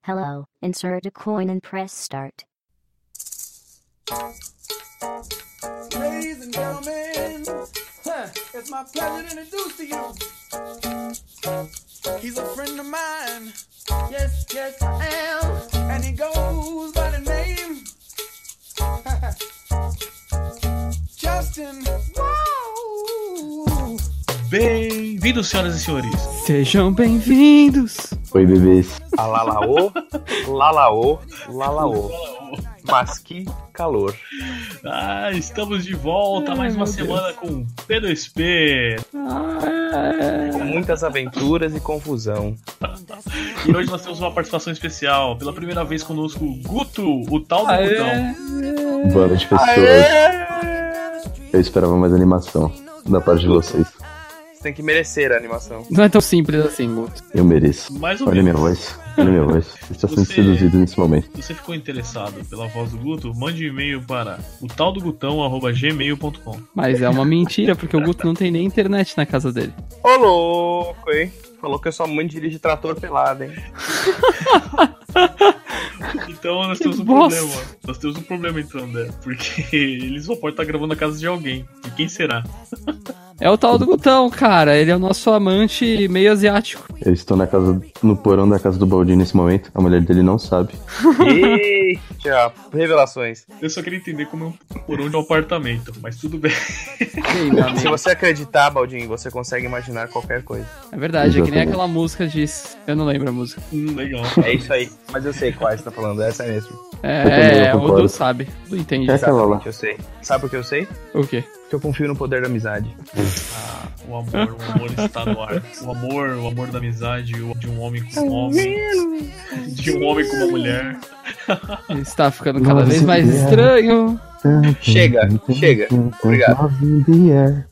Hello, insert a coin and press start. Ladies and gentlemen, it's my pleasure to introduce to you. He's a friend of mine. Yes, yes, I am. And he goes by the name Justin. Woo! Bem-vindos, senhoras e senhores. Sejam bem-vindos. Oi, bebês. Alalaô, lalaô, lalaô. Mas que calor. Estamos de volta mais uma semana com P2P. Com muitas aventuras e confusão. E hoje nós temos uma participação especial. Pela primeira vez conosco, Guto, o tal do Gutão. Boa noite, pessoas. Eu esperava mais animação da parte de vocês. Você tem que merecer a animação. Não é tão simples assim, Guto. Eu mereço. Mais ou Olha minha menos. voz. Olha minha voz. Você está sendo Você- seduzido nesse momento. Se você ficou interessado pela voz do Guto, mande um e-mail para o taldogutão@gmail.com. Mas é uma mentira, porque o Guto não tem nem internet na casa dele. Ô louco, hein? Falou que a sua mãe dirige trator pelado, hein? Então nós temos um bosta. problema. Nós temos um problema então, André. Porque ele só pode estar gravando na casa de alguém. E quem será? É o tal do Gutão, cara. Ele é o nosso amante meio asiático. Eu estou no porão da casa do Baldinho nesse momento. A mulher dele não sabe. Eita, revelações. Eu só queria entender como é um porão de um apartamento, mas tudo bem. Sim, meu amigo. Se você acreditar, Baldinho, você consegue imaginar qualquer coisa. É verdade, é que nem Exatamente. aquela música diz. Eu não lembro a música. Legal. É isso aí. Mas eu sei qual você tá falando, essa é mesmo. É, Eu o concordo. Du sabe. O Du entende. É aquela lá. Eu sei. Sabe por que eu sei? O quê? Porque eu confio no poder da amizade. O amor está no ar. O amor da amizade, de um homem com um homem, de um homem com uma mulher. Ele está ficando cada vez mais estranho. Chega. Obrigado. Love in the air.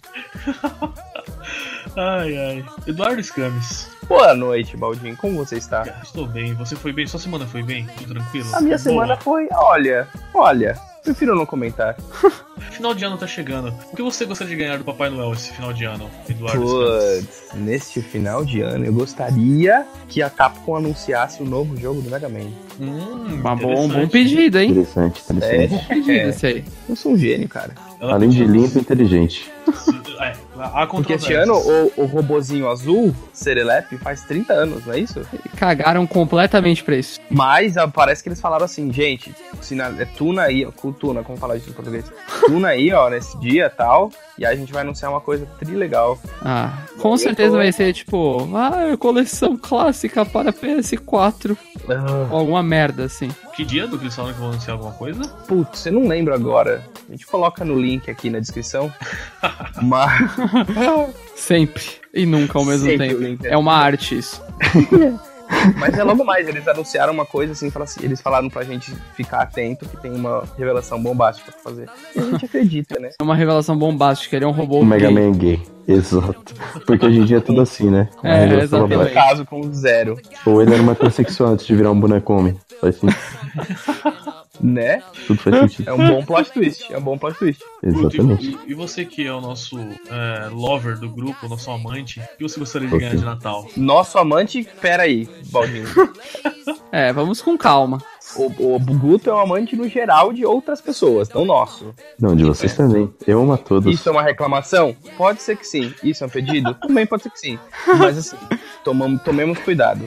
Ai. Eduardo Scames. Boa noite, Baldinho. Como você está? Estou bem, você foi bem? Sua semana foi bem? Tudo tranquilo? A minha Boa. semana foi... Olha, prefiro não comentar. Final de ano tá chegando. O que você gostaria de ganhar do Papai Noel esse final de ano, Eduardo Scames? Putz, neste final de ano eu gostaria que a Capcom anunciasse o novo jogo do Mega Man. Um bom interessante. pedido, hein? Interessante, interessante. Pedido esse aí. Eu sou um gênio, cara. Ela Além de pediu- limpo e inteligente. Há Porque este controvérsias. ano o robozinho azul, Serelepe, faz 30 anos, não é isso? Cagaram completamente pra isso. Mas parece que eles falaram assim, gente, tuna aí, ó, tuna, como falar isso em português? Tuna aí, ó, nesse dia e tal, e aí a gente vai anunciar uma coisa trilegal. Ah, com certeza vai ser tipo, coleção clássica para PS4. Ou alguma merda assim. Que dia do que eles falam que vão anunciar alguma coisa? Putz, eu não lembro agora. A gente coloca no link aqui na descrição. Mas... Sempre. E nunca ao mesmo Sempre o tempo. link, É uma arte isso. Mas é logo mais, eles anunciaram uma coisa assim, eles falaram pra gente ficar atento que tem uma revelação bombástica pra fazer. E a gente acredita, né? É uma revelação bombástica, ele é um robô O Mega gay. Man gay. Exato. Porque hoje em dia é tudo assim, né? Uma É, revelação exatamente. No bombástica. caso, com zero, Ou ele era uma transexual antes de virar um boneco homem. Faz sentido. né? Tudo faz sentido. É um bom plot twist, Exatamente. E você que é o nosso lover do grupo, o nosso amante, o que você gostaria de ganhar de Natal? Nosso amante, peraí, Baldinho. É, vamos com calma. O Guto é um amante no geral de outras pessoas, não nosso. Não, de vocês também. Eu amo a todos. Isso é uma reclamação? Pode ser que sim. Isso é um pedido? Também pode ser que sim. Mas assim, tomemos cuidado.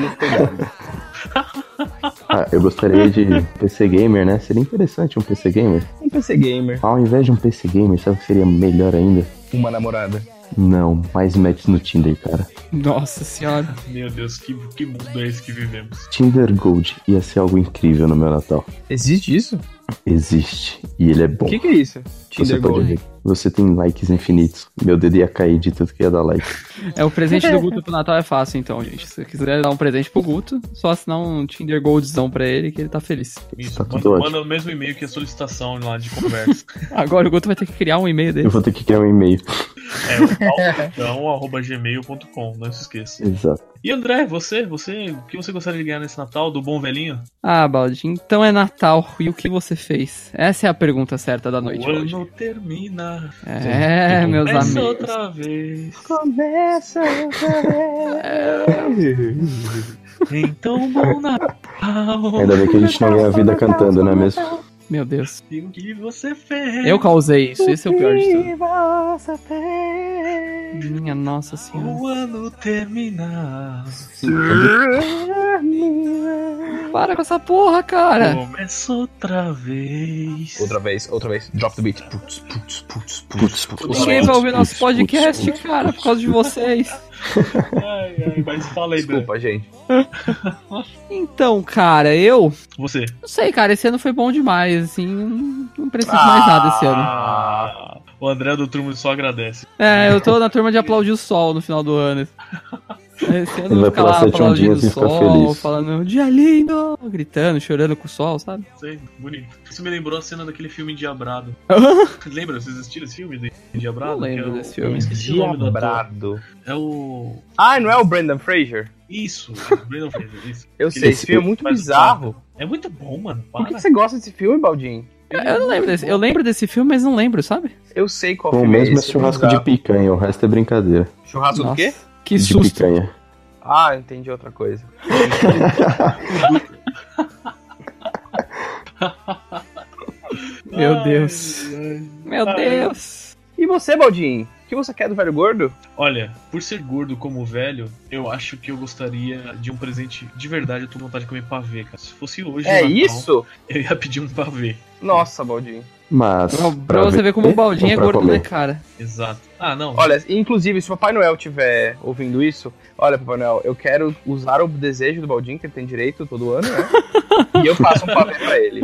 Eu gostaria de PC Gamer, né? Seria interessante um PC Gamer. Um PC Gamer, Ao invés de um PC Gamer, sabe o que seria melhor ainda? uma namorada. Não, mais matches no Tinder, cara. Nossa senhora. Meu Deus, que mundo é esse que vivemos? Tinder Gold ia ser algo incrível no meu Natal. Existe isso? Existe. E ele é bom. O que é isso? Você Tinder pode Gold. ver. Você tem likes infinitos. Meu dedo ia cair de tudo que ia dar like. É, o presente do Guto pro Natal é fácil, então, gente. Se você quiser dar um presente pro Guto, só assinar um Tinder Goldzão pra ele que ele tá feliz. Isso, Tá tudo manda ótimo. o mesmo e-mail que a solicitação lá de conversa. Agora o Guto vai ter que criar um e-mail dele. Eu vou ter que criar um e-mail. o gmail.com, não se esqueça. Exato. E André, você, o que você gostaria de ganhar nesse Natal do bom velhinho? Ah, Baldi, então é Natal. E o que você fez? Essa é a pergunta certa da noite, O Baldi. ano termina. É, meus Começa amigos. outra vez. Começa outra vez. Então, bom Natal. Ainda bem que a gente não ganha a vida cantando, não é mesmo? Meu Deus. E o que você fez? Eu causei isso, esse é o pior de tudo. Você fez. Minha nossa senhora. O ano terminar. Para com essa porra, cara. Começa outra vez. Outra vez. Drop the beat. Putz. Ninguém vai ouvir nosso podcast, cara, por causa de vocês. Ai, mas fala aí, Dan. Desculpa, gente. Então, cara, Você. não sei, cara, esse ano foi bom demais, assim, não preciso mais nada esse ano. O André do Turma só agradece. É, eu tô na turma de aplaudir o sol no final do ano. Esse ano Ele eu vou vai ficar pular lá 7 aplaudindo o ondinhas e ficar sol, feliz. falando dia lindo, gritando, chorando com o sol, sabe? Sei, bonito. Isso me lembrou a cena daquele filme Endiabrado. Lembra? Vocês assistiram esse filme do Endiabrado? Não lembro Que é o- desse filme. Eu esqueci o nome do ator. Diabrado. É o... Ah, não é o Brendan Fraser? Isso, Brandon Fraser, isso. Eu sei, esse filme é muito faz o bizarro. Papa. É muito bom, mano. Por que Para. você gosta desse filme, Baldinho? Eu não lembro desse. Eu lembro desse filme, mas não lembro, sabe? Eu sei qual O filme é mesmo é esse. churrasco de picanha, o resto é brincadeira. Churrasco do quê? Que De susto. picanha. Ah, entendi outra coisa. Meu Deus. Meu Deus. E você, Baldinho? O que você quer do velho gordo? Olha, por ser gordo como velho, eu acho que eu gostaria de um presente de verdade. Eu tô com vontade de comer pavê, cara. Se fosse hoje, É Natal, isso? eu ia pedir um pavê. Nossa, Baldinho. Mas. Pra você ver como o Baldinho é ou pra gordo, né, comer? cara? Exato. Ah, não. Olha, inclusive, se o Papai Noel estiver ouvindo isso, olha, Papai Noel, eu quero usar o desejo do Baldinho, que ele tem direito todo ano, né? E eu faço um pavê pra ele.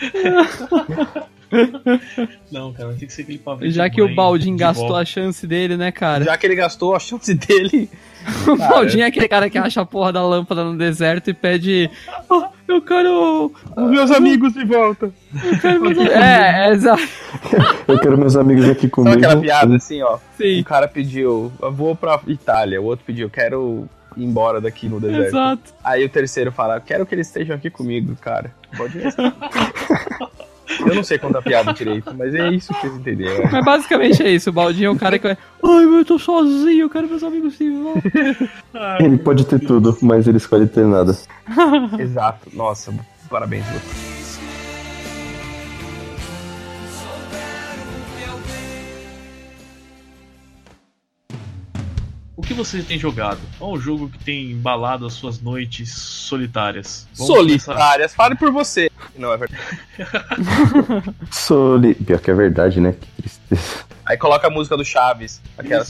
Não, cara, tem que ser aquele pavê. Já de que o mãe, Baldinho de gastou vó. a chance dele, né, cara? Já que ele gastou a chance dele. O Baldinho é aquele cara que acha a porra da lâmpada no deserto e pede. "Ah, eu quero. Os meus amigos de volta. Eu quero meus amigos." É, exato. Eu quero meus amigos aqui Sabe comigo. aquela piada assim, ó? Sim. Um cara pediu, eu vou pra Itália. O outro pediu, quero ir embora daqui no deserto. Exato. Aí o terceiro fala, quero que eles estejam aqui comigo, cara. Pode ir. Eu não sei contar piada direito, mas é isso que vocês entenderam. Mas basicamente é isso. O Baldinho é o cara que vai. Ai, eu tô sozinho, eu quero meus amigos de volta. Ele pode ter tudo, mas ele escolhe ter nada. Exato. Nossa, parabéns, Lu. O que você tem jogado? Qual o jogo que tem embalado as suas noites solitárias? Vamos começar. Solitárias, fale por você. Não, é verdade. Pior que é verdade, né? Que tristeza. Aí coloca a música do Chaves. Aquela,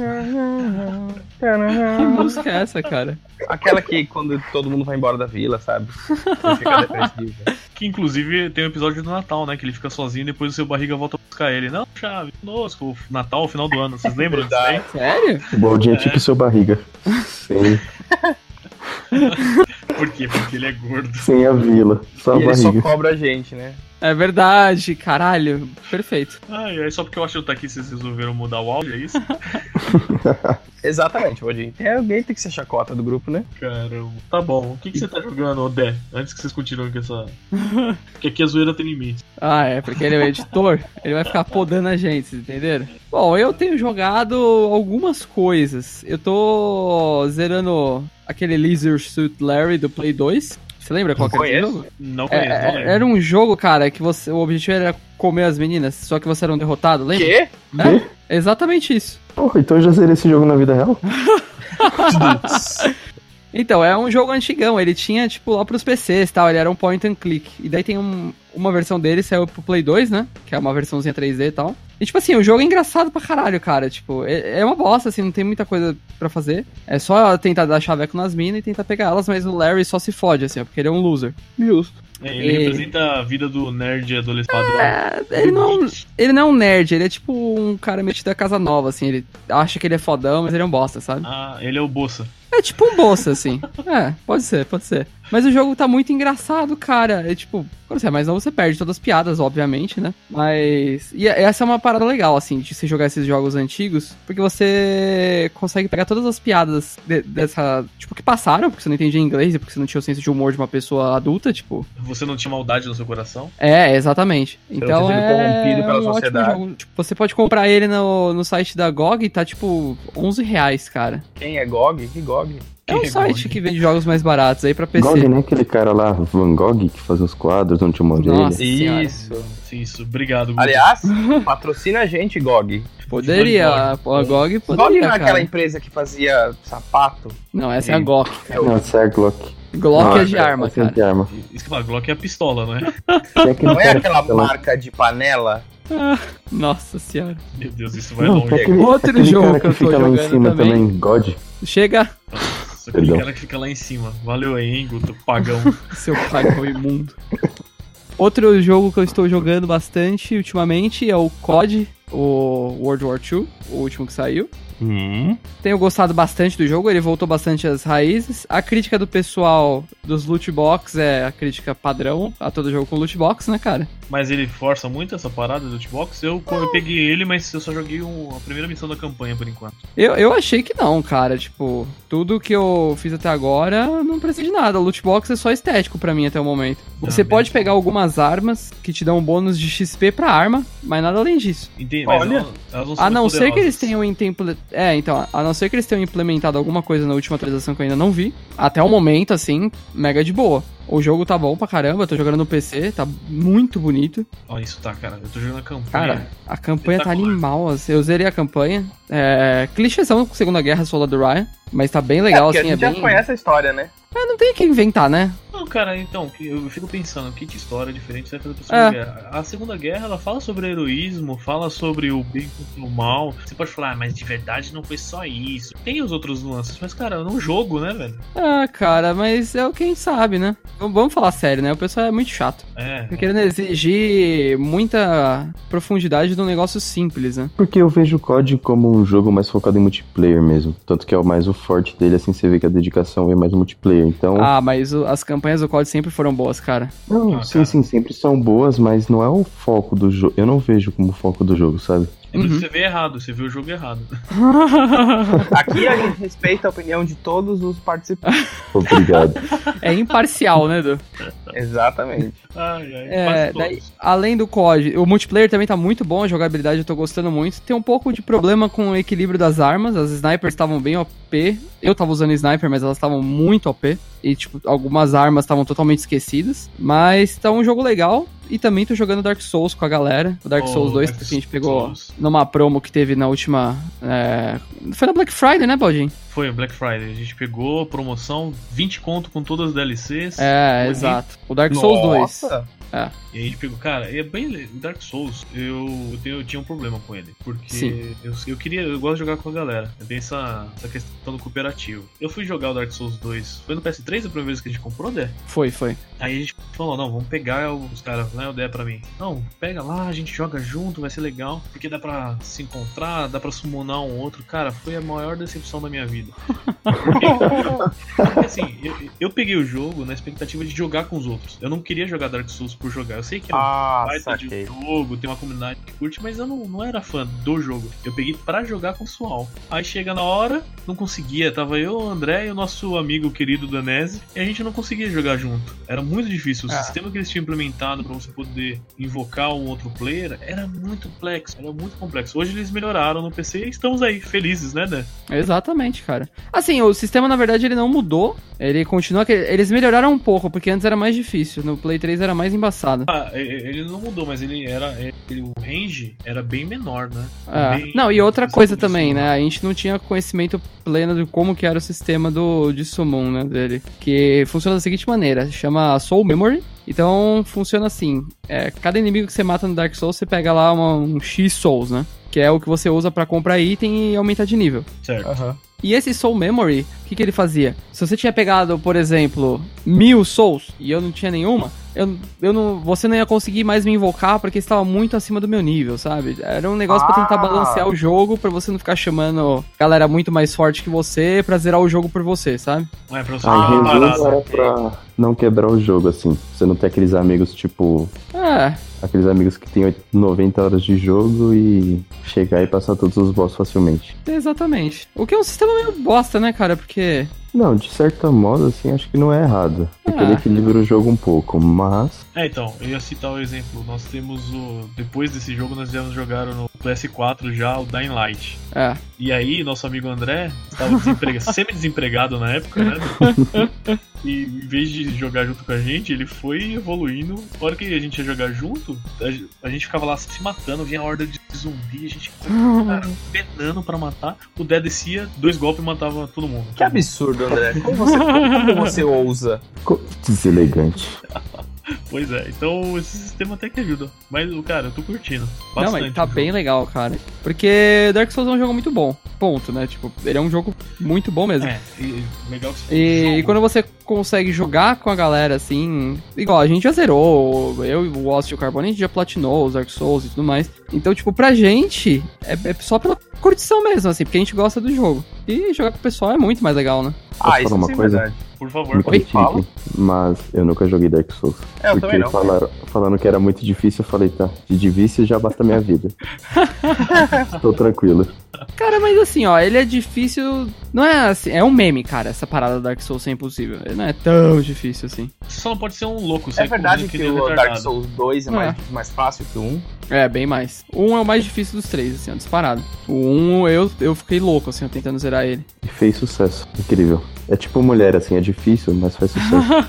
Que música é essa, cara? aquela que quando todo mundo vai embora da vila, sabe? Você fica depressivo. Que inclusive tem um episódio do Natal, né? Que ele fica sozinho e depois o seu barriga volta a buscar ele. Não, Chaves, conosco, Natal, final do ano. Vocês lembram disso aí? Sério? O Baldinho é tipo seu barriga. Por quê? Porque ele é gordo. Sem a vila. Só a E ele só barriga. cobra a gente, né? É verdade, caralho. Perfeito. Ai, só porque eu acho que tá aqui, vocês resolveram mudar o áudio, é isso? Exatamente, Baldinho. Tem alguém que tem que ser chacota do grupo, né? Caramba. Tá bom, o que você tá jogando, Odé? Antes que vocês continuem com essa... Porque aqui a zoeira tem limite. Ah, é, porque ele é o editor, ele vai ficar podando a gente, vocês entenderam? Bom, eu tenho jogado algumas coisas. Eu tô zerando aquele Leisure Suit Larry do Play 2. Você lembra qual que era esse jogo? Não conheço, não lembro. Era um jogo, cara, que o objetivo era comer as meninas, só que você era um derrotado, lembra? Quê? É, exatamente isso. Porra, então eu já zerei esse jogo na vida real? Então, é um jogo antigão, ele tinha, tipo, lá pros PCs e tal, ele era um point and click. E daí tem uma versão dele, saiu pro Play 2, né? Que é uma versãozinha 3D e tal. E, tipo assim, o jogo é engraçado pra caralho, cara. Tipo, é uma bosta, assim, não tem muita coisa pra fazer. É só tentar dar chaveco nas minas e tentar pegar elas, mas o Larry só se fode, assim, ó, porque ele é um loser. Justo. Ele representa a vida do nerd adolescente padrão. Ele não é um nerd, ele é tipo um cara metido da casa nova, assim. Ele acha que ele é fodão, mas ele é um bosta, sabe? Ah, ele é o Bossa. É tipo um bolsa, assim. É, pode ser. Mas o jogo tá muito engraçado, cara. É tipo, quando você é mais novo, você perde todas as piadas, obviamente, né? Mas. E essa é uma parada legal, assim, de você jogar esses jogos antigos, porque você consegue pegar todas as piadas dessa. Tipo, que passaram, porque você não entendia inglês e porque você não tinha o senso de humor de uma pessoa adulta, tipo. Você não tinha maldade no seu coração? É, exatamente. não Então ter sido é corrompido pela um ótimo sociedade. jogo. Tipo, você pode comprar ele no site da GOG, tá tipo R$11, cara. Quem é GOG? Que GOG? GOG. É um site que vende jogos mais baratos aí pra PC. GOG, né? Aquele cara lá, Van Gogh, que fazia os quadros, não tinha uma orelha. Nossa senhora. Isso. Obrigado, Guto. Aliás, patrocina a gente, GOG. Poderia, a GOG GOG poderia, não é aquela cara. empresa que fazia sapato? Não, essa é a GOG. Não, essa é a Glock. Glock Não, é de arma, essa é cara. de arma. Isso que fala, Glock é a pistola, não é? Tem aquele Não é cara aquela que fica lá- marca de panela? Nossa senhora. Meu Deus, isso vai Não, longe. tem aquele, Outro aquele jogo cara que eu tô fica lá em jogando cima também. também, God. Chega, Nossa, aquele Perdão. cara que fica lá em cima. Valeu aí, hein, Guto, pagão. seu pagão imundo. Outro jogo que eu estou jogando bastante ultimamente é o COD, o World War II, o último que saiu. Tenho gostado bastante do jogo, ele voltou bastante às raízes. A crítica do pessoal dos loot box é a crítica padrão a todo jogo com loot box, né, cara? Mas ele força muito essa parada do Xbox. Eu peguei ele, mas eu só joguei a primeira missão da campanha por enquanto. Eu achei que não, cara. Tipo, tudo que eu fiz até agora não precisa de nada. O loot box é só estético pra mim até o momento. Você Também. pode pegar algumas armas que te dão um bônus de XP pra arma, mas nada além disso. Entendi, mas Olha. elas não são A não muito ser que eles poderosas. tenham em tempo. Então, a não ser que eles tenham implementado alguma coisa na última atualização que eu ainda não vi. Até o momento, assim, mega de boa. O jogo tá bom pra caramba, eu tô jogando no PC, tá muito bonito. Ó, isso tá, cara. Eu tô jogando a campanha. Cara, a campanha tá Espetacular. animal, assim. Eu zerei a campanha. Clichêzão com Segunda Guerra, Soldado Ryan. Mas tá bem legal, porque assim, a gente bem. já conhece a história, né? Não tem o que inventar, né? Não, cara, então, eu fico pensando, que história diferente você vai fazer pra Segunda Guerra? A Segunda Guerra, ela fala sobre heroísmo, fala sobre o bem contra o mal. Você pode falar, mas de verdade não foi só isso. Tem os outros nuances, mas, cara, é um jogo, né, velho? Ah, cara, mas é o que a gente sabe, né? Vamos falar sério, né? O pessoal é muito chato. É. Tá querendo exigir muita profundidade de um negócio simples, né? Porque eu vejo o COD como um jogo mais focado em multiplayer mesmo. Tanto que é o mais o forte dele, assim, você vê que a dedicação é mais multiplayer. Então, Ah, mas as campanhas do COD sempre foram boas, cara. não, Ah, sim, cara. sim, sempre são boas, mas não é o foco do jogo. Eu não vejo como foco do jogo, sabe? Você vê errado, você vê o jogo errado. Aqui a gente respeita a opinião de todos os participantes. Obrigado. É imparcial, né, Du? Exatamente. Ai, quase Daí, todos. além do COD, o multiplayer também tá muito bom, a jogabilidade eu tô gostando muito. Tem um pouco de problema com o equilíbrio das armas, as snipers estavam bem OP. Eu tava usando sniper, mas elas estavam muito OP. E, tipo, algumas armas estavam totalmente esquecidas. Mas tá um jogo legal. E também tô jogando Dark Souls com a galera. O Dark Souls 2, Dark que a gente pegou Souls. numa promo que teve na última... Foi na Black Friday, né, Baldinho? Foi o Black Friday, a gente pegou promoção, 20 conto com todas as DLCs. Foi Exato. O Dark Souls 2. Nossa. E a gente pegou, cara, é bem o Dark Souls, eu tinha um problema com ele, porque Sim. eu gosto de jogar com a galera, eu tenho essa questão do cooperativo. Eu fui jogar o Dark Souls 2, foi no PS3 a primeira vez que a gente comprou, né? Foi. Aí a gente falou, não, vamos pegar os caras, né, o ideia pra mim. Não, pega lá, a gente joga junto, vai ser legal, porque dá pra se encontrar, dá pra summonar um outro. Cara, foi a maior decepção da minha vida. Porque assim, eu peguei o jogo na expectativa de jogar com os outros. Eu não queria jogar Dark Souls por jogar. Eu sei que é um baita de saquei. jogo, tem uma comunidade que curte, mas eu não era fã do jogo. Eu peguei pra jogar com o pessoal. Aí chega na hora, não conseguia. Tava eu, o André e o nosso amigo querido Danese, e a gente não conseguia jogar junto. Era muito difícil. O sistema que eles tinham implementado pra você poder invocar um outro player era muito complexo. Hoje eles melhoraram no PC e estamos aí, felizes, né, Dan? Exatamente, cara. Assim, o sistema, na verdade, ele não mudou. Ele continua... Eles melhoraram um pouco, porque antes era mais difícil. No Play 3 era mais embaçado. Ele não mudou, mas o range era bem menor, né? Bem- Não, e outra coisa Sistema de também, summon. né? A gente não tinha conhecimento pleno de como que era o sistema de summon, né, dele. Que funciona da seguinte maneira, chama Soul Memory. Então, funciona assim, cada inimigo que você mata no Dark Souls, você pega lá um X Souls, né? Que é o que você usa pra comprar item e aumentar de nível. Certo. E esse Soul Memory, o que ele fazia? Se você tinha pegado, por exemplo, 1000 Souls e eu não tinha nenhuma, você não ia conseguir mais me invocar porque estava muito acima do meu nível, sabe? Era um negócio pra tentar balancear o jogo, pra você não ficar chamando galera muito mais forte que você pra zerar o jogo por você, sabe? Não é pra você Aí, ficar resumo, parado. era pra não quebrar o jogo, assim. Você não ter aqueles amigos, tipo... Aqueles amigos que tem 90 horas de jogo e chegar e passar todos os boss facilmente. Exatamente. O que é um sistema meio bosta, né, cara? Porque... Não, de certa modo, assim, acho que não é errado. Porque ele equilibra o jogo um pouco, mas... Então, eu ia citar o exemplo. Nós temos depois desse jogo, nós viemos jogar no PS4 já, o Dying Light. É. E aí, nosso amigo André estava semi-desempregado na época, né? E em vez de jogar junto com a gente, ele foi evoluindo. Na hora que a gente ia jogar junto, a gente ficava lá se matando, vinha a horda de zumbi, a gente cara, penando pra matar. O Dé descia, 2 golpes e matava todo mundo. Que absurdo, André. Como você ousa? Deselegante. Pois é, então esse sistema até que ajuda. Mas, cara, eu tô curtindo bastante. Não, mas tá bem legal, cara. Porque Dark Souls é um jogo muito bom. Ponto, né? Tipo, ele é um jogo muito bom mesmo. Legal que E quando você consegue jogar com a galera, assim... Igual, a gente já zerou, eu e o Ost e o Carbone, a gente já platinou os Dark Souls e tudo mais. Então, tipo, pra gente, é só pela curtição mesmo, assim, porque a gente gosta do jogo. E jogar com o pessoal é muito mais legal, né? Posso falar uma coisa? Verdade. Por favor, Me pode falar. critiquem, mas eu nunca joguei Dark Souls. Eu porque também não. falando que era muito difícil, eu falei, tá, de vício já basta a minha vida. Tô tranquilo. Cara, mas assim, ó, ele é difícil... Não é assim, é um meme, cara, essa parada do Dark Souls ser impossível. Ele não é tão difícil assim. Você só não pode ser um louco. É verdade que nem o retardado. Dark Souls 2 é mais fácil que o 1? É, bem mais. O 1 é o mais difícil dos 3, assim, ó, disparado. O 1, eu fiquei louco, assim, ó, tentando zerar ele. E fez sucesso. Incrível. É tipo mulher, assim, é difícil, mas faz sucesso.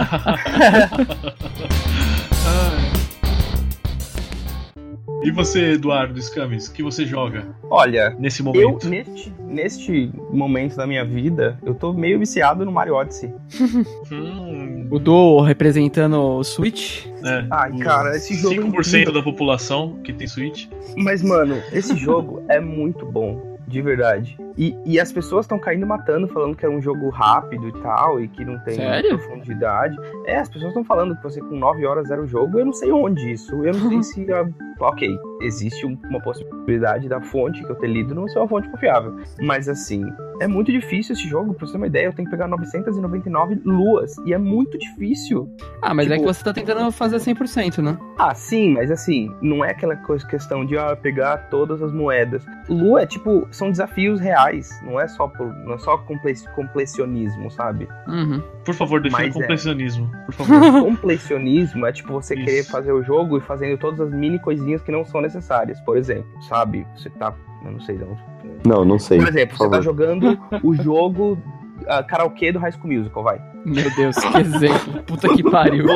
E você, Eduardo Scamis, o que você joga Olha, nesse eu, momento? neste momento da minha vida, eu tô meio viciado no Mario Odyssey. O Do representando o Switch. É. Ai, cara, esse jogo... 5% da população que tem Switch. Mas, mano, esse jogo é muito bom. De verdade. E as pessoas estão caindo matando, falando que é um jogo rápido e tal, e que não tem Sério? profundidade. As pessoas estão falando que você com 9 horas zera o jogo, eu não sei onde isso. Eu não sei se... Ok, existe uma possibilidade da fonte que eu ter lido não ser uma fonte confiável. Mas assim, é muito difícil esse jogo, pra você ter uma ideia, eu tenho que pegar 999 luas, e é muito difícil. Ah, mas Tipo, é que você tá tentando fazer 100%, né? Ah, sim, mas assim, não é aquela questão de pegar todas as moedas. Lua é tipo, são desafios reais, não é só completionismo, sabe? Uhum. Por favor, defina Mas completionismo. Por favor. Completionismo é tipo você Isso. querer fazer o jogo e fazendo todas as mini coisinhas que não são necessárias. Por exemplo, sabe? Você tá. Eu não sei, não. Não sei. Por exemplo, você tá favor. jogando o jogo karaokê do High School Musical, vai. Meu Deus, que exemplo. Puta que pariu.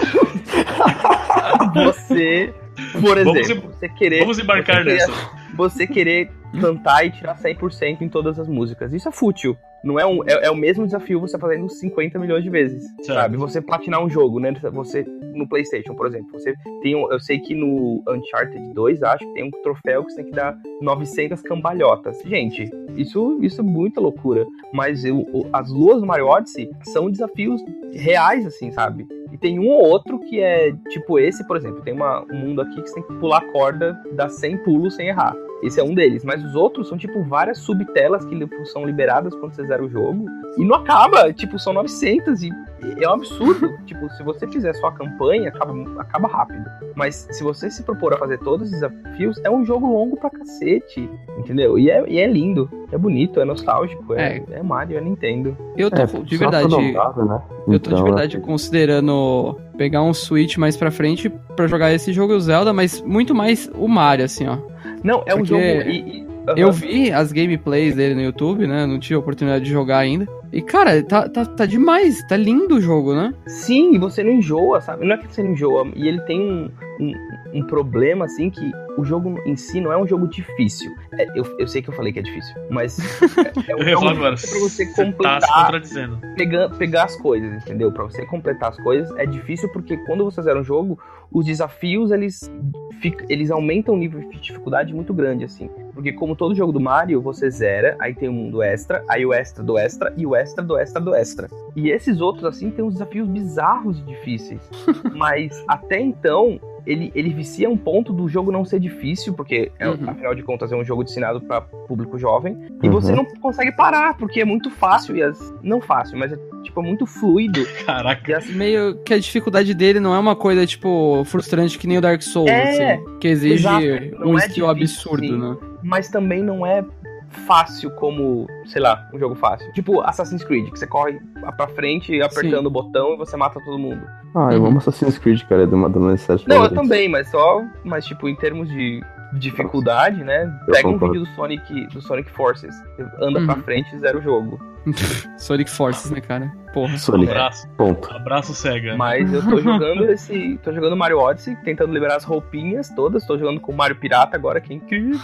Você, por exemplo, Vamos embarcar nessa. Você querer cantar e tirar 100% em todas as músicas. Isso é fútil. Não é o mesmo desafio você fazendo 50 milhões de vezes, Certo. sabe? Você platinar um jogo, né? Você, no PlayStation, por exemplo, você tem eu sei que no Uncharted 2, acho que tem um troféu que você tem que dar 900 cambalhotas. Gente, isso é muita loucura. Mas as luas do Mario Odyssey são desafios reais, assim, sabe? E tem um ou outro que é, tipo esse, por exemplo, tem um mundo aqui que você tem que pular a corda, dar 100 pulos sem errar. Esse é um deles, mas os outros são tipo várias subtelas que são liberadas quando você zera o jogo. E não acaba, tipo, são 900 e é um absurdo. Tipo, se você fizer só a campanha, acaba rápido. Mas se você se propor a fazer todos os desafios, é um jogo longo pra cacete, entendeu? E é lindo, é bonito, é nostálgico, é Mario, é Nintendo. Eu tô de verdade... Prolongado, né? Eu tô de Então, verdade considerando pegar um Switch mais pra frente pra jogar esse jogo e o Zelda, mas muito mais o Mario, assim, ó. Não, é um Porque jogo... Eu vi as gameplays dele no YouTube, né? Não tive a oportunidade de jogar ainda. E, cara, tá demais. Tá lindo o jogo, né? Sim, e você não enjoa, sabe? Não é que você não enjoa. E ele tem um problema, assim, que o jogo em si não é um jogo difícil. Eu sei que eu falei que é difícil, mas é um jogo agora, pra você tá se completar, contradizendo. pegar as coisas, entendeu? Pra você completar as coisas é difícil porque quando você zera um jogo, os desafios, eles aumentam o nível de dificuldade muito grande, assim. Porque como todo jogo do Mario, você zera, aí tem um mundo extra, aí o extra do extra, e o extra do extra do extra. E esses outros, assim, tem uns desafios bizarros e difíceis. Mas, até então, ele vicia um ponto do jogo não ser difícil, porque, afinal de contas, é um jogo destinado para público jovem, e você não consegue parar, porque é muito fácil, não fácil, mas é muito fluido. Caraca. Meio que a dificuldade dele não é uma coisa, tipo, frustrante que nem o Dark Souls, assim, que exige um skill absurdo, sim, né? Mas também não é fácil como, sei lá, um jogo fácil. Tipo Assassin's Creed, que você corre pra frente apertando o botão e você mata todo mundo. Eu amo Assassin's Creed, cara, é de uma das séries Não, favoritas. eu também, mas tipo, em termos de dificuldade, né? Eu Pega um concordo. vídeo do Sonic Forces. Anda pra frente e zera o jogo. Sonic Forces, né, cara? Porra. Sonic, Abraço. ponto. Abraço, Sega. Mas eu tô jogando tô jogando Mario Odyssey, tentando liberar as roupinhas todas. Tô jogando com o Mario Pirata agora, que é incrível.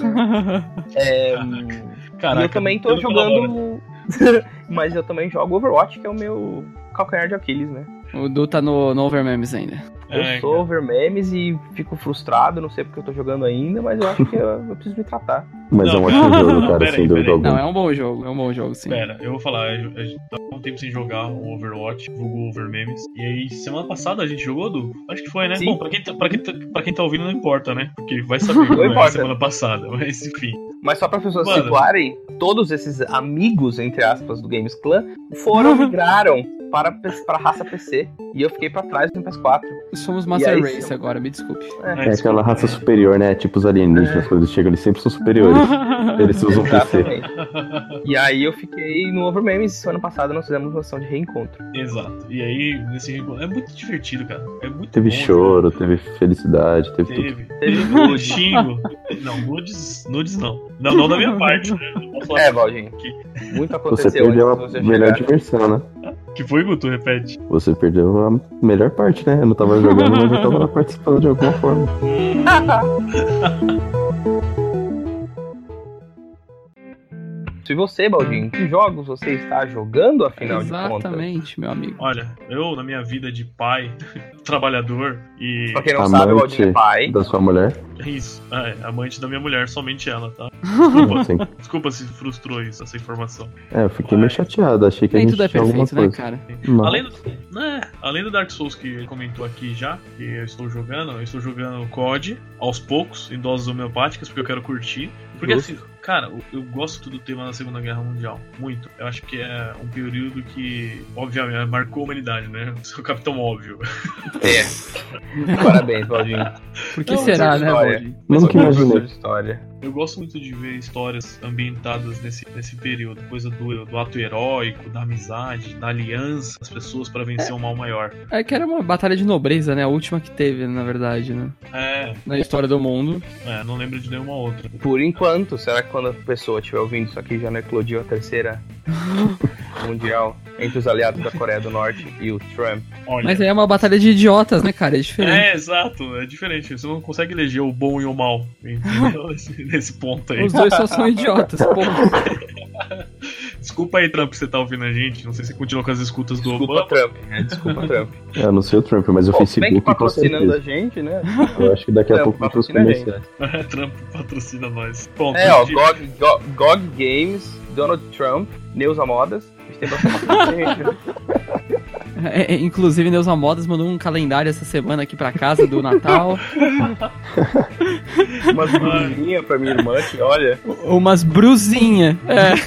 Caraca, E eu também tô eu não colaboro. jogando. Mas eu também jogo Overwatch, que é o meu calcanhar de Aquiles, né? O Du tá no Overmemes ainda. Eu sou over memes e fico frustrado, não sei porque eu tô jogando ainda, mas eu acho que eu preciso me tratar. Mas Não, é um ótimo jogo, cara, peraí, sem dúvida peraí. alguma. Não, é um bom jogo, sim. Pera, eu vou falar, a gente tá um tempo sem jogar o Overwatch, vulgo Overmemes. E aí, semana passada a gente jogou, Du? Acho que foi, né? Sim. Bom, pra quem tá ouvindo não importa, né? Porque vai saber como é a importa. semana passada, mas enfim. Mas só para as pessoas Mano. situarem, todos esses amigos, entre aspas, do Games Clan migraram para a raça PC. E eu fiquei pra trás no PS4. Somos Master E aí, Race agora, me desculpe. É aquela raça superior, né? Tipo os alienígenas, quando eles chegam, eles sempre são superiores. Eles usam PC. Exatamente. E aí eu fiquei no Overmemes e semana passada nós fizemos uma ação de reencontro. Exato. E aí, nesse reencontro, é muito divertido, cara. É muito Teve bom, choro, teve felicidade, teve tudo. Teve nude. Xingo. Não, nudes não. Não da minha parte, né? Não posso falar Valdinho. aqui. Muito Você aconteceu perdeu antes a de você melhor chegar. diversão, né? Que foi, Guto? Repete. Você perdeu a melhor parte, né? Eu não tava jogando, mas eu tava lá participando de alguma forma. Se você, Baldinho, que jogos você está jogando, afinal de contas? Exatamente, meu amigo. Olha, eu, na minha vida de pai, trabalhador e. Pra quem não sabe, o Baldinho é pai. da sua mulher. Isso, amante da minha mulher, somente ela, tá? Sim. Desculpa se frustrou isso, essa informação. Eu fiquei meio chateado, achei que Nem a tudo é gente tinha alguma perfeito, né, coisa. cara? Não. Além do Dark Souls que ele comentou aqui já, que eu estou jogando COD aos poucos, em doses homeopáticas, porque eu quero curtir. Porque assim, cara, eu gosto do tema da Segunda Guerra Mundial, muito. Eu acho que é um período que, obviamente, marcou a humanidade, né? Seu Capitão Óbvio. Parabéns, Baldinho. Por que Não, será, mas é né, história. Valdir? Nunca imaginei. De história. Eu gosto muito de ver histórias ambientadas nesse período, coisa do ato heróico, da amizade, da aliança das pessoas para vencer um mal maior. É que era uma batalha de nobreza, né? A última que teve, na verdade, né? Na história do mundo. Não lembro de nenhuma outra. Por enquanto, será que quando a pessoa estiver ouvindo isso aqui já não eclodiu a terceira mundial entre os aliados da Coreia do Norte e o Trump? Olha, Mas aí é uma batalha de idiotas, né, cara? É diferente. Exato, é diferente. Você não consegue eleger o bom e o mal, entendeu? nesse ponto aí. Os dois só são idiotas, porra. Desculpa aí, Trump, que você tá ouvindo a gente. Não sei se você continua com as escutas do Desculpa, Obama. Trump. Desculpa, Trump. Eu não sei o Trump, mas o Bem que Facebook com patrocinando a certeza. gente, né? Eu acho que daqui a Trump pouco vai ter os patrocina a gente. comerciais. Trump patrocina nós. Bom, GOG Games, Donald Trump, Neuza Modas. A gente tem bastante gente. Inclusive, Neuza Modas mandou um calendário essa semana aqui pra casa do Natal. Umas brusinhas pra minha irmã, que olha. Umas brusinhas.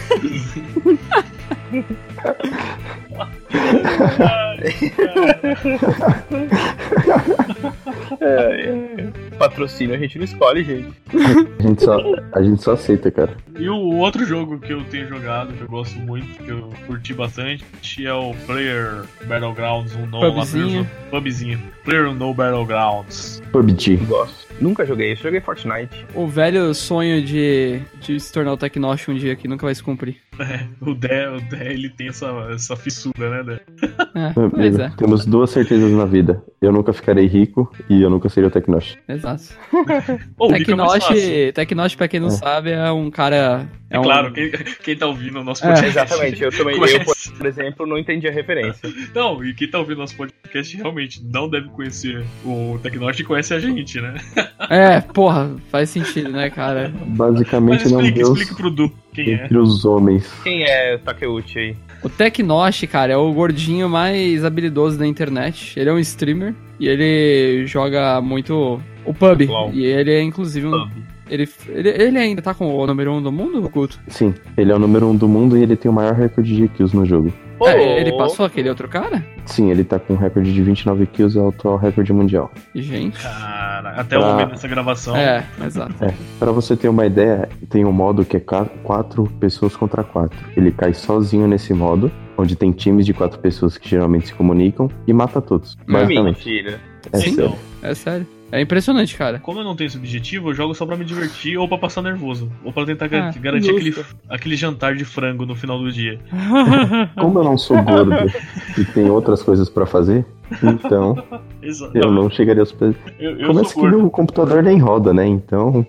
Patrocínio a gente não escolhe, gente. A gente só aceita, cara. E o outro jogo que eu tenho jogado, que eu gosto muito, que eu curti bastante, é o Player Battlegrounds PUBGzinho. PUBGzinho. Player Battlegrounds. PUBG. Gosto. Nunca joguei isso, joguei Fortnite. O velho sonho de se tornar o Tecnosh um dia que nunca vai se cumprir. O Dé, ele tem essa fissura, né, Dé? Mas é. Temos duas certezas na vida. Eu nunca ficarei rico e eu nunca serei o Tecnosh. Exato. O rico é mais fácil. Tecnosh, pra quem não sabe, é um cara... Claro, quem tá ouvindo o nosso podcast... Exatamente, eu também, conhece. por exemplo, não entendi a referência. Não, e quem tá ouvindo nosso podcast realmente não deve conhecer o Tecnosh e conhece a gente, né? Porra, faz sentido, né, cara? Basicamente Mas não explique pro Du quem é. entre os homens. Quem é o Takeuchi aí? O Tecnosh, cara, é o gordinho mais habilidoso da internet. Ele é um streamer e ele joga muito o PUB. Uau. E ele é, inclusive, Ele ainda tá com o número 1 do mundo, Guto? Sim, ele é o número 1 do mundo e ele tem o maior recorde de kills no jogo. Ele passou aquele outro cara? Sim, ele tá com um recorde de 29 kills, é o atual recorde mundial. Gente. Cara, até o momento dessa gravação. Exato. Pra você ter uma ideia, tem um modo que é 4 pessoas contra 4. Ele cai sozinho nesse modo, onde tem times de 4 pessoas que geralmente se comunicam e mata todos. Basicamente. Mentira. É Sim, sério. não. É sério. É impressionante, cara. Como eu não tenho esse objetivo, eu jogo só pra me divertir ou pra passar nervoso. Ou pra tentar garantir aquele jantar de frango no final do dia. Como eu não sou gordo e tem outras coisas pra fazer, então eu não chegaria aos pés. Começa que meu computador nem roda, né? Então...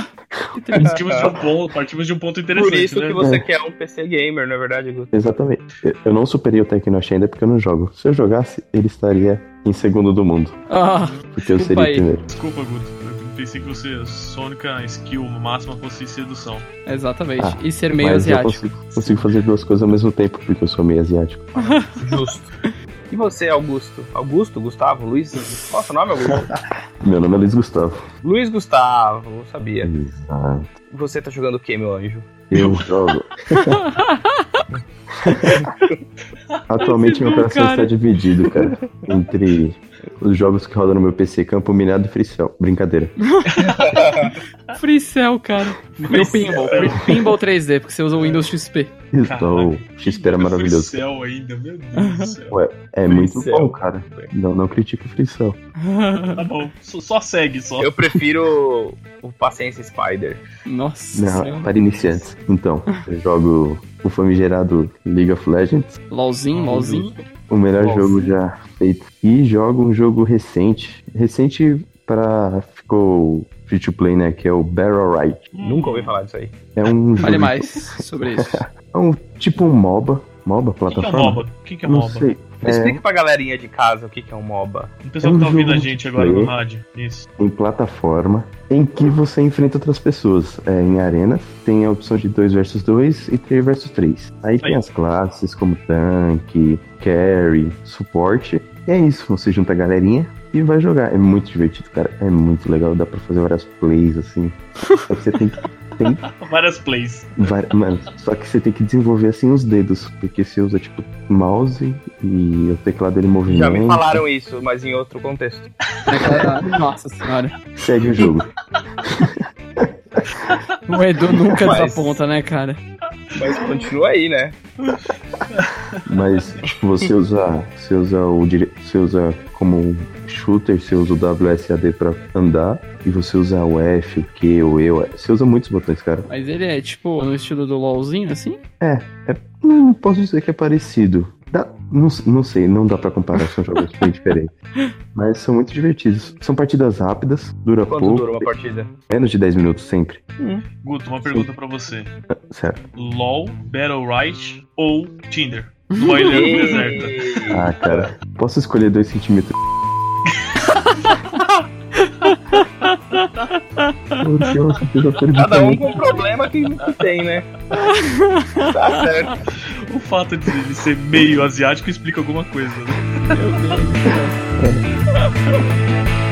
Partimos de um ponto interessante. Por isso né? que você quer um PC gamer, não é verdade, Guto? Exatamente. Eu não superei o Teknoshi ainda porque eu não jogo. Se eu jogasse, ele estaria em segundo do mundo. Porque eu seria o primeiro. Desculpa, Guto. Eu pensei que a sua única skill máxima fosse sedução. Exatamente. E ser meio asiático. Eu consigo fazer duas coisas ao mesmo tempo porque eu sou meio asiático. Justo. E você, Augusto? Augusto? Gustavo? Luiz? Qual é o seu nome, Augusto? Meu nome é Luiz Gustavo. Luiz Gustavo, eu sabia. Exato. E você tá jogando o que, meu anjo? Eu jogo. Atualmente meu coração está dividido, cara, entre os jogos que rodam no meu PC, Campo Minado e Free Cell. Brincadeira. Free Cell, cara. E o Pinball. Pinball 3D, porque você usa o Windows XP. Então, o XP era maravilhoso. Free Cell ainda, meu Deus do céu. Ué, é Free muito Cell. bom, cara. Não critique o Free Cell. Tá bom, só segue, só. Eu prefiro o Paciência Spider. Nossa Não, Senhora. para iniciantes. Então, eu jogo o famigerado League of Legends. LOLzinho. O melhor jogo já feito. E jogo um jogo recente. Recente ficou free to play, né? Que é o Battle Right. Nunca ouvi falar disso aí. É um jogo. Fale mais sobre isso. É um tipo um MOBA. MOBA, O que é plataforma? MOBA? O que é Não MOBA? sei. Explica pra galerinha de casa o que é um MOBA. O pessoal É um que tá ouvindo a jogo gente de agora no play. rádio. Isso. Em plataforma em que você enfrenta outras pessoas. Em arena, tem a opção de 2 vs 2 e 3 vs 3. Aí tem as classes como tanque, carry, suporte. E é isso, você junta a galerinha e vai jogar. É muito divertido, cara. É muito legal, dá pra fazer várias plays, assim. Só que você tem Várias plays. Mano, só que você tem que desenvolver assim os dedos, porque você usa tipo mouse e o teclado ele movimenta. Já me falaram isso, mas em outro contexto. Nossa Senhora. Segue o jogo. O Edu nunca Mas- desaponta, né, cara? Mas continua aí, né? Mas tipo, você usa como shooter, você usa o WSAD pra andar e você usa o F, o Q, o E, você usa muitos botões, cara. Mas ele é tipo no estilo do LOLzinho, assim? Não posso dizer que é parecido. Não sei, não dá pra comparar, são jogos bem diferentes. Mas são muito divertidos. São partidas rápidas, dura Quanto pouco, dura uma partida? menos de 10 minutos sempre. Guto, uma pergunta pra você. Certo. LOL, Battle Right ou Tinder? No Ilha Deserta. Ah, cara, posso escolher 2 centímetros? Porque eu fiz a pergunta Cada um muito- com o problema que tem, né? Tá certo. O fato de ele ser meio asiático explica alguma coisa, né? Meu Deus do céu.